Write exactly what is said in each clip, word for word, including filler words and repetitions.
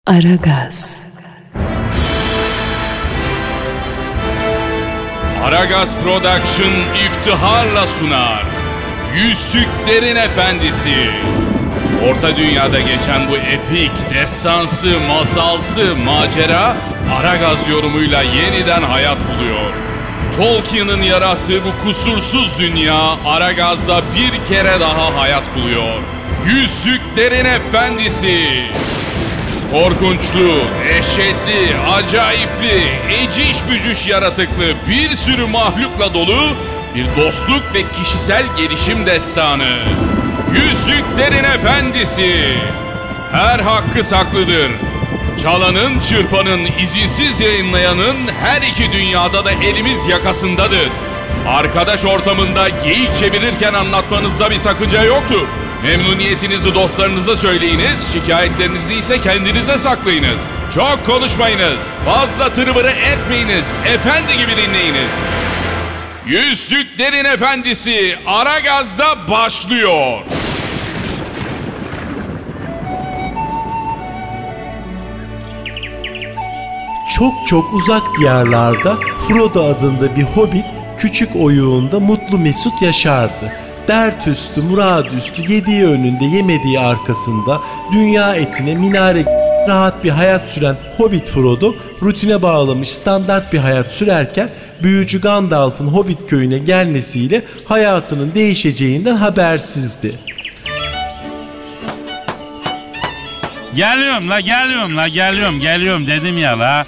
Aragaz. Aragaz Production iftiharla sunar. Yüzüklerin Efendisi. Orta Dünya'da geçen bu epik, destansı, masalsı macera Aragaz yorumuyla yeniden hayat buluyor. Tolkien'in yarattığı bu kusursuz dünya Aragaz'da bir kere daha hayat buluyor. Yüzüklerin Efendisi. Korkunçlu, dehşetli, acayipli, eciş bücüş yaratıklı bir sürü mahlukla dolu bir dostluk ve kişisel gelişim destanı. Yüzüklerin Efendisi. Her hakkı saklıdır. Çalanın, çırpanın, izinsiz yayınlayanın her iki dünyada da elimiz yakasındadır. Arkadaş ortamında geyik çevirirken anlatmanızda bir sakınca yoktur. Memnuniyetinizi dostlarınıza söyleyiniz, şikayetlerinizi ise kendinize saklayınız. Çok konuşmayınız, fazla tırvırı etmeyiniz, efendi gibi dinleyiniz. Yüzüklerin Efendisi Aragaz'da başlıyor. Çok çok uzak diyarlarda Frodo adında bir hobbit küçük oyuğunda mutlu mesut yaşardı. Dert üstü, murad üstü, yediği önünde, yemediği arkasında, dünya etine, minare rahat bir hayat süren Hobbit Frodo, rutine bağlamış standart bir hayat sürerken büyücü Gandalf'ın Hobbit köyüne gelmesiyle hayatının değişeceğinden habersizdi. Geliyorum la, geliyorum la, geliyorum, geliyorum dedim ya la.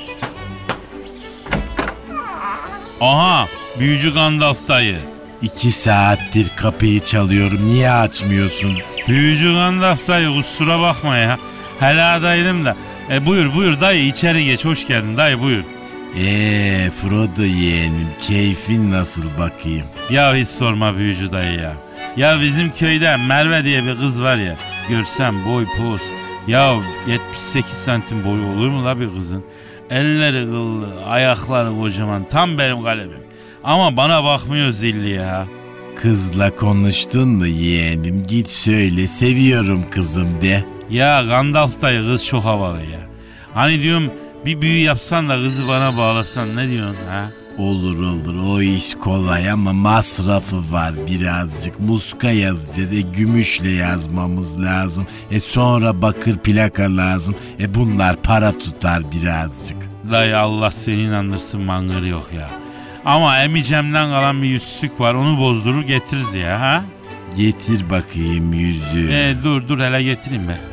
Aha, büyücü Gandalf dayı. İki saattir kapıyı çalıyorum. Niye açmıyorsun? Büyücü Gandalf dayı, kusura bakma ya. Heladaydım da. E buyur buyur dayı, içeri geç, hoş geldin dayı, buyur. Eee Frodo yeğenim, keyfin nasıl bakayım? Ya hiç sorma büyücü dayı ya. Ya bizim köyde Merve diye bir kız var ya. Görsem boy poz. Ya yetmiş sekiz santim boyu olur mu la bir kızın? Elleri kıllı, ayakları kocaman, tam benim kalemim. Ama bana bakmıyor zilli ya. Kızla konuştun mu yeğenim? Git söyle, seviyorum kızım de. Ya Gandalf dayı, kız çok havalı ya. Hani diyorum bir büyü yapsan da kızı bana bağlasan, ne diyorsun ha? Olur olur, o iş kolay ama masrafı var birazcık. Muska yazacağız, e gümüşle yazmamız lazım. E sonra bakır plaka lazım. E bunlar para tutar birazcık. Dayı Allah seni inandırsın, mangır yok ya. Ama emicemden kalan bir yüzsük var, onu bozdurur getiririz ya ha? Getir bakayım yüzüğü. E, dur dur hele getireyim be.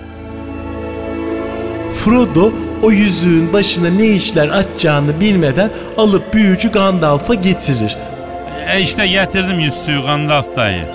Frodo o yüzüğün başına ne işler açacağını bilmeden alıp büyücü Gandalf'a getirir. E işte getirdim yüzüğü Gandalf dayı.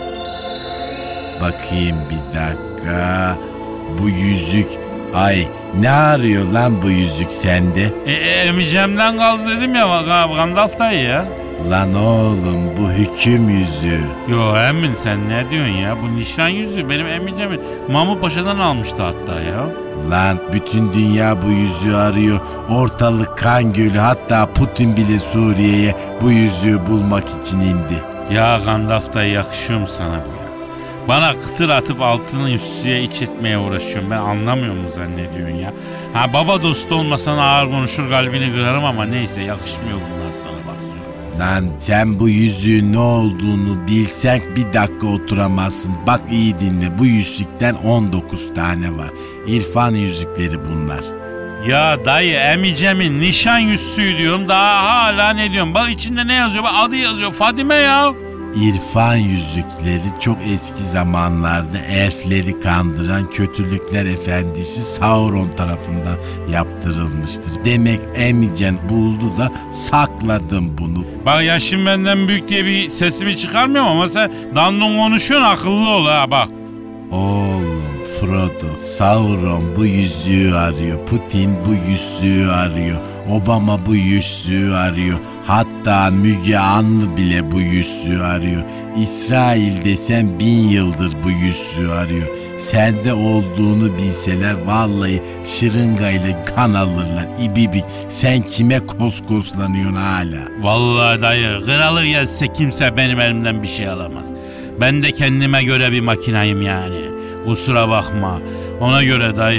Bakayım bir dakika. Bu yüzük, ay ne arıyor lan bu yüzük sende? E, e emicemden kaldı dedim ya Gandalf dayı ya. Lan oğlum bu hüküm yüzüğü. Yo emin sen ne diyorsun ya, bu nişan yüzüğü benim emicemin Mahmut Paşa'dan almıştı hatta ya. Lan bütün dünya bu yüzüğü arıyor. Ortalık kan gölü, hatta Putin bile Suriye'ye bu yüzüğü bulmak için indi. Ya Gandalf dayı, yakışıyor mu sana bu ya? Bana kıtır atıp altını üstüye iç etmeye uğraşıyorum. Ben anlamıyor mu zannediyorsun ya? Ha baba dostu olmasan ağır konuşur, kalbini kırarım ama neyse, yakışmıyor bunlar sana, bak. Lan sen bu yüzüğün ne olduğunu bilsen bir dakika oturamazsın. Bak iyi dinle, bu yüzükten on dokuz tane var. İrfan yüzükleri bunlar. Ya dayı emicemin nişan yüzüğü diyorum, daha hala ne diyorum? Bak içinde ne yazıyor? Bak adı yazıyor, Fadime ya. İrfan yüzükleri çok eski zamanlarda elfleri kandıran kötülükler efendisi Sauron tarafından yaptırılmıştır. Demek emicen buldu da sakladım bunu. Bak yaşım benden büyük diye bir sesimi çıkarmıyorum ama sen dandun konuşuyorsun, akıllı ol ha bak. Oğlum Frodo, Sauron bu yüzüğü arıyor. Putin bu yüzüğü arıyor. Obama bu yüzüğü arıyor. Hatta Müge Anlı bile bu yüzüğü arıyor. İsrail desem bin yıldır bu yüzüğü arıyor. Sende olduğunu bilseler vallahi şırıngayla kan alırlar. İbibik, sen kime koskoslanıyorsun hala? Vallahi dayı, kralı gelse kimse benim elimden bir şey alamaz. Ben de kendime göre bir makinayım yani. Kusura bakma. Ona göre dayı,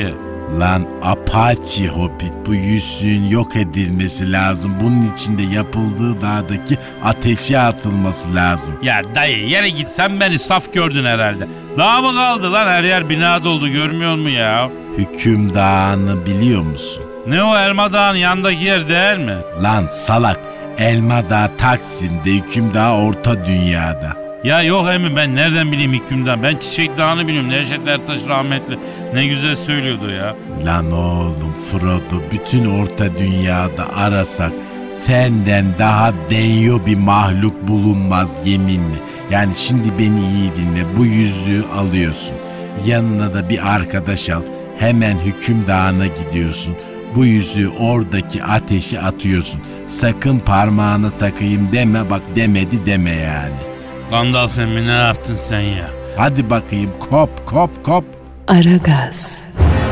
Lan Apache Hobbit, bu yüzüğün yok edilmesi lazım. Bunun içinde yapıldığı dağdaki ateşe atılması lazım. Ya dayı yere git, sen beni saf gördün herhalde. Dağ mı kaldı lan, her yer bina doldu, görmüyor musun ya? Hüküm Dağı'nı biliyor musun? Ne o, Elma Dağı'nın yanındaki yer değil mi? Lan salak, Elma Dağı Taksim'de, Hüküm Dağı Orta Dünya'da. Ya yok emmi, ben nereden bileyim hükümden? Ben Çiçek Dağı'nı biliyorum. Nevşet Ertaş rahmetli ne güzel söylüyordu ya. Lan oğlum Frodo, bütün Orta Dünya'da arasak senden daha denyo bir mahluk bulunmaz yeminle. Yani şimdi beni iyi dinle, bu yüzüğü alıyorsun. Yanına da bir arkadaş al. Hemen Hüküm Dağı'na gidiyorsun. Bu yüzüğü oradaki ateşe atıyorsun. Sakın parmağını takayım deme, bak demedi deme yani. Gandalf emmi, ne yaptın sen ya? Hadi bakayım, kop kop kop. Aragaz.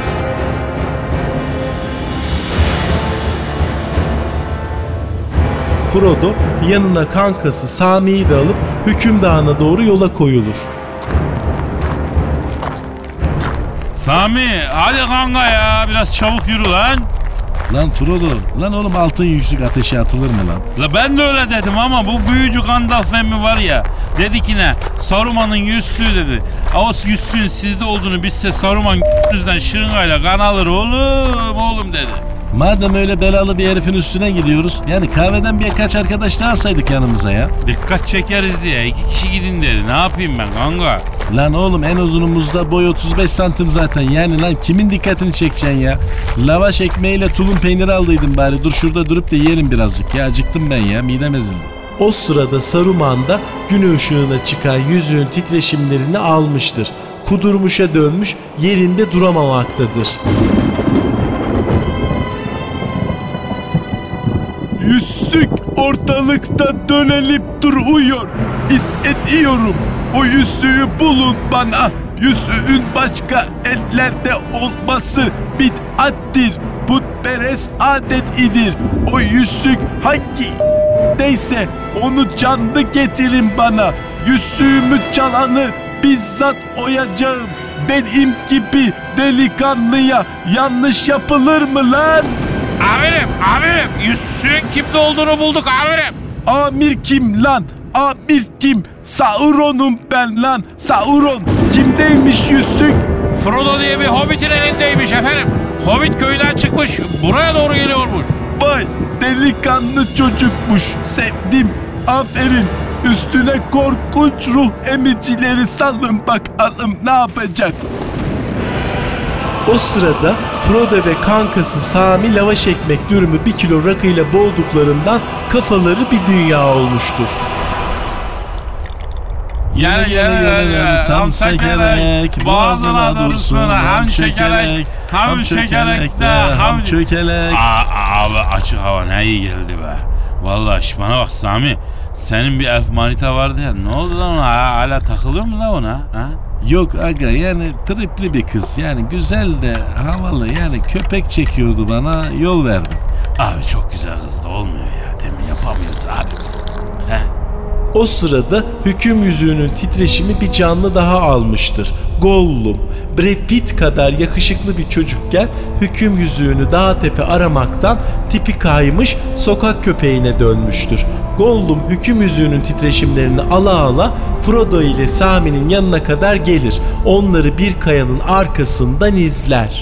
Frodo yanına kankası Sami'yi de alıp Hüküm Dağı'na doğru yola koyulur. Sami hadi kanka ya, biraz çabuk yürü lan. Lan Frodo, lan oğlum altın yüzük ateşe atılır mı lan? La ben de öyle dedim ama bu büyücü Gandalf emmi var ya, dedi ki ne? Saruman'ın yüzüğü dedi. O yüzüğün sizde olduğunu bilse Saruman yüzünden şırıngayla kan alır oğlum oğlum dedi. Madem öyle belalı bir herifin üstüne gidiyoruz, yani kahveden birkaç arkadaş daha alsaydık yanımıza ya. Dikkat çekeriz diye iki kişi gidin dedi. Ne yapayım ben kanka? Lan oğlum en uzunumuzda boy otuz beş santim zaten. Yani lan kimin dikkatini çekeceksin ya? Lavaş ekmeğiyle tulum peyniri aldıydım bari. Dur şurada durup da yiyelim birazcık ya. Acıktım ben ya, midem ezildi. O sırada Saruman da gün ışığına çıkan yüzüğün titreşimlerini almıştır. Kudurmuşa dönmüş, yerinde duramamaktadır. Yüzük ortalıkta dönelip duruyor. İstediyorum. O yüzüğü bulun bana. Yüzüğün başka ellerde olması bid'attir. Putperest adet idir. O yüzük hangi neyse onu canlı getirin bana. Yüzüğümü çalanı bizzat oyacağım. Benim gibi delikanlıya yanlış yapılır mı lan? Amirim amirim, yüzüğün kimde olduğunu bulduk amirim. Amir kim lan? Amir kim? Sauron'um ben lan. Sauron. Kimdeymiş yüzük? Frodo diye bir hobbitin elindeymiş efendim. Hobbit köyden çıkmış, buraya doğru geliyormuş. Vay delikanlı çocukmuş. Sevdim. Aferin. Üstüne korkunç ruh emicileri salın bakalım ne yapacak. O sırada Frodo ve kankası Sami lavaş ekmek dürümü bir kilo rakıyla boğduklarından kafaları bir dünya olmuştur. Yere yere yere tam çekerek, boğazına dursun ham çekerek, ham çekerek de ham çökelek. Aa, abi açık hava ne iyi geldi be. Vallahi şş, bana bak Sami, senin bir elf manita vardı ya, ne oldu lan ona? Hala takılıyor mu lan ona? Ha? Yok aga, yani tripli bir kız, yani güzel de havalı, yani köpek çekiyordu bana, yol verdim. Abi çok güzel kız da olmuyor ya, demin yapamıyoruz abi biz. He? O sırada hüküm yüzüğünün titreşimi bir canlı daha almıştır. Gollum, Brad Pitt kadar yakışıklı bir çocukken hüküm yüzüğünü dağ tepe aramaktan tipi kaymış sokak köpeğine dönmüştür. Gollum hüküm yüzüğünün titreşimlerini ala ala Frodo ile Sami'nin yanına kadar gelir. Onları bir kayanın arkasından izler.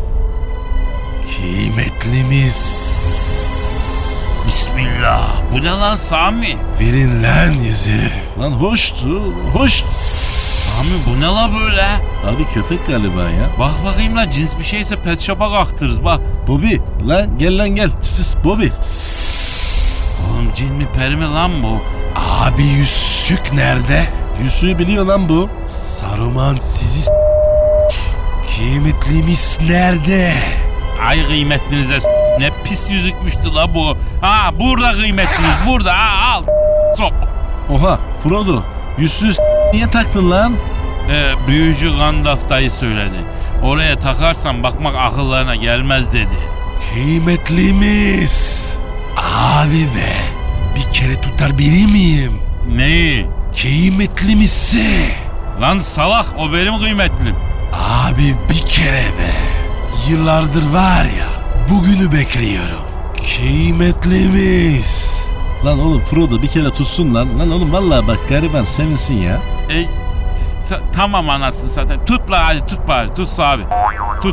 Kıymetlimiz. Bismillah. Bu ne lan Sami? Verin lan yüzü. Lan hoştu, hoş. Sami bu ne la böyle? Abi köpek galiba ya. Bak bakayım lan, cins bir şeyse pet shop'a kalktırırız bak. Bobby lan gel lan gel. Sis Bobby. Oğlum cin mi peri mi lan bu? Abi yüzük nerede? Yüzüğü biliyor lan bu. Saruman sizi s- Kıymetlimiz nerede? Ay kıymetlinize s- ne pis yüzükmüştü la bu. Ha burada kıymetliniz burada, ha al sok. Oha Frodo yüzüğü s- niye taktın lan? Ee, büyücü Gandalf dayı söyledi. Oraya takarsan bakmak akıllarına gelmez dedi. Kıymetlimiz. Abi be. Bir kere tutar bilir miyim? Neyi? Kıymetlimizi. Lan salak, o benim kıymetlim. Abi bir kere be. Yıllardır var ya, bugünü bekliyorum. Kıymetlimiz. Lan oğlum Frodo bir kere tutsun lan. Lan oğlum vallahi bak gariban sevinsin ya. E, t- tamam anasını zaten. Tut la hadi tut bari. Tut abi. Tut.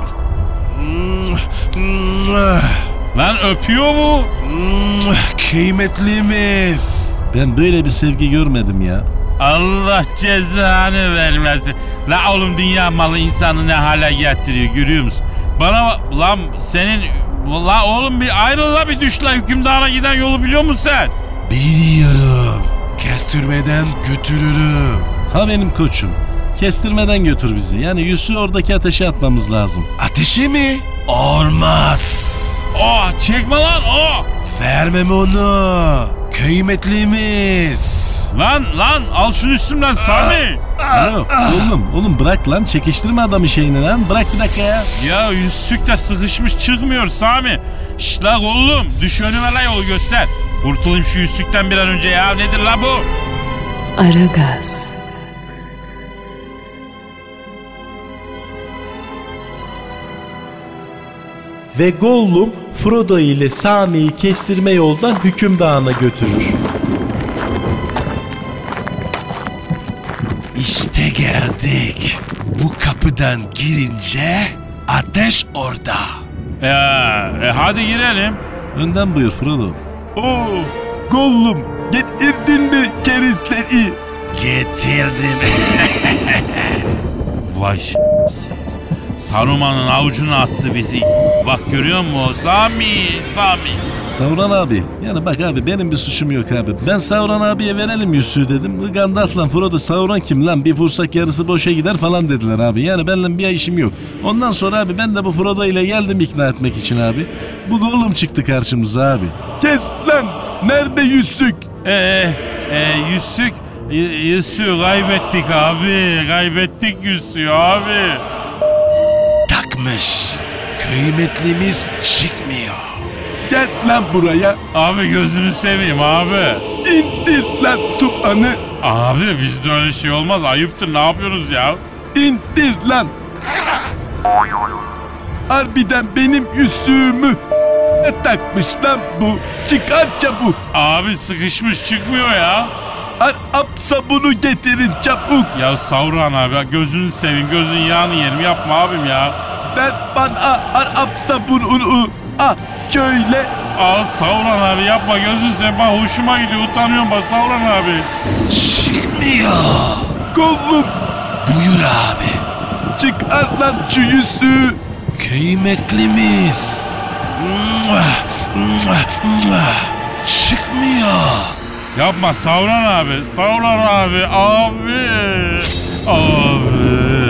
Lan öpüyor mu? Kıymetlimiz. Ben böyle bir sevgi görmedim ya. Allah cezanı vermesin. La oğlum dünya malı insanı ne hale getiriyor görüyor musun? Bana bak lan senin la oğlum bir ayrıl la bir düş la hükümdara giden yolu biliyor musun sen? Biliyorum. Kestirmeden götürürüm. Ha benim koçum. Kestirmeden götür bizi. Yani Yusuf'u oradaki ateşe atmamız lazım. Ateşe mi? Olmaz. Oh çekme lan oh. Vermem onu. Kıymetlimiz. Lan lan al şunu üstümden Sami. Alo, oğlum oğlum bırak lan çekiştirme adamı şeyini lan. Bırak bir dakika ya. Ya yüzsük de sıkışmış çıkmıyor Sami. Şşt la oğlum düş önüme la yolu göster. Kurtulayım şu yüzsükten bir an önce ya nedir la bu? Aragaz. Ve Gollum Frodo ile Sami'yi kestirme yoldan Hüküm Dağı'na götürür. İşte geldik. Bu kapıdan girince ateş orada. Ya e, hadi girelim. Önden buyur Frodo. Oo, Gollum getirdin mi kerizleri? Getirdim. Vay ş**siz. Saruman'ın avucuna attı bizi. Bak görüyor musun? Sami, Sami. Sauron abi. Yani bak abi benim bir suçum yok abi. Ben Sauron abiye verelim yüzüğü dedim. Gandalf'la Frodo Sauron kim lan? Bir vursak yarısı boşa gider falan dediler abi. Yani benimle bir işim yok. Ondan sonra abi ben de bu Frodo ile geldim ikna etmek için abi. Bu Gollum çıktı karşımıza abi. Kes lan! Nerede yüzük? Eee e, yüzsük, y- yüzüğü kaybettik abi. Kaybettik yüzüğü abi. Takmış. Kıymetlimiz çıkmıyor. Gel lan buraya. Abi gözünü seveyim abi. İndir lan tufanı. Abi bizde öyle şey olmaz. Ayıptır ne yapıyoruz ya? İndir lan. Harbiden benim yüzüğümü ne takmış lan bu? Çıkar çabuk. Abi sıkışmış çıkmıyor ya. Arap sabunu getirin çabuk. Ya Sauron abi gözünü seveyim gözün yağını yerim yapma abim ya. Ver bana Arap sabununu. Ah şöyle. Al Sauron abi yapma gözünü seveyim bak hoşuma gidiyor utanıyorum bak Sauron abi. Çıkmıyor. Gollum Buyur abi. çıkar lan şu yüzüğü. Kıymetlimiz. Çıkmıyor. Yapma Sauron abi Sauron abi abi. Abi.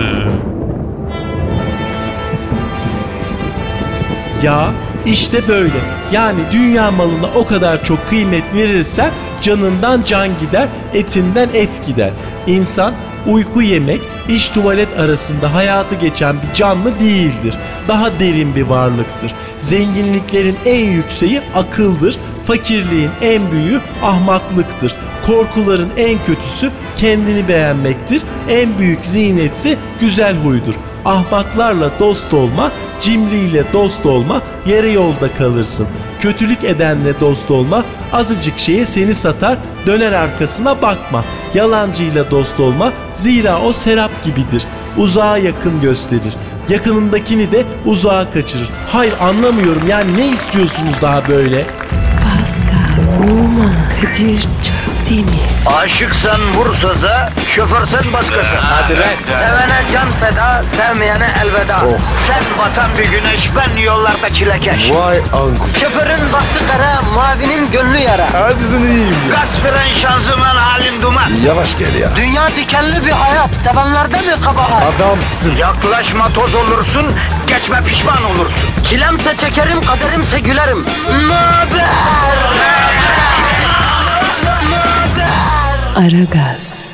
Ya işte böyle. Yani dünya malına o kadar çok kıymet verirsen canından can gider, etinden et gider. İnsan uyku yemek, iç tuvalet arasında hayatı geçen bir canlı değildir. Daha derin bir varlıktır. Zenginliklerin en yükseği akıldır. Fakirliğin en büyüğü ahmaklıktır. Korkuların en kötüsü kendini beğenmektir. En büyük ziynetse güzel huydur. Ahmaklarla dost olma, cimriyle dost olma, yarı yolda kalırsın. Kötülük edenle dost olma, azıcık şeye seni satar, döner arkasına bakma. Yalancıyla dost olma, zira o serap gibidir. Uzağa yakın gösterir. Yakınındakini de uzağa kaçırır. Hayır anlamıyorum yani ne istiyorsunuz daha böyle? Pascal, Oman, Kadir çok değil mi? Aşıksan vursa da, şoförsen başkasın. Hadi lan. Sevene can feda, sevmeyene elveda. Sen batan bir güneş, ben yollarda çilekeş. Vay anku. Şoförün baktı kara, mavinin gönlü yara. Hadi sen iyiyim ya. Kasperen şanzıman halin duman. Yavaş gel ya. Dünya dikenli bir hayat, sevenlerde mi kabahar? Adamsın. Yaklaşma toz olursun, geçme pişman olursun. Çilemse çekerim, kaderimse gülerim. Möber! Aragaz.